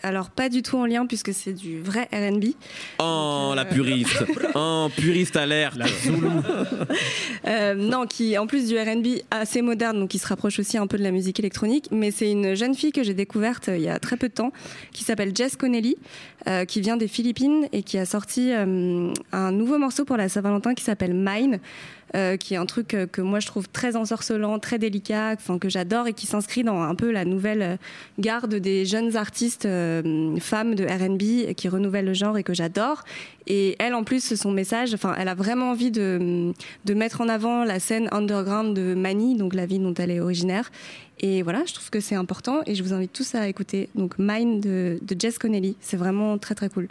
Alors pas du tout en lien puisque c'est du vrai R&B. Oh la puriste, oh puriste alerte. La Zoulou. Non, qui en plus du R&B assez moderne, donc qui se rapproche aussi un peu de la musique électronique. Mais c'est une jeune fille que j'ai découverte il y a très peu de temps, qui s'appelle Jess Connelly, qui vient des Philippines et qui a sorti un nouveau morceau pour la Saint-Valentin qui s'appelle Mine. Qui est un truc que moi je trouve très ensorcelant, très délicat, que j'adore et qui s'inscrit dans un peu la nouvelle garde des jeunes artistes femmes de R&B qui renouvellent le genre et que j'adore. Et elle, en plus, son message, elle a vraiment envie de mettre en avant la scène underground de Manille, donc la ville dont elle est originaire. Et voilà, je trouve que c'est important et je vous invite tous à écouter donc Mine de Jess Connelly. C'est vraiment très très cool.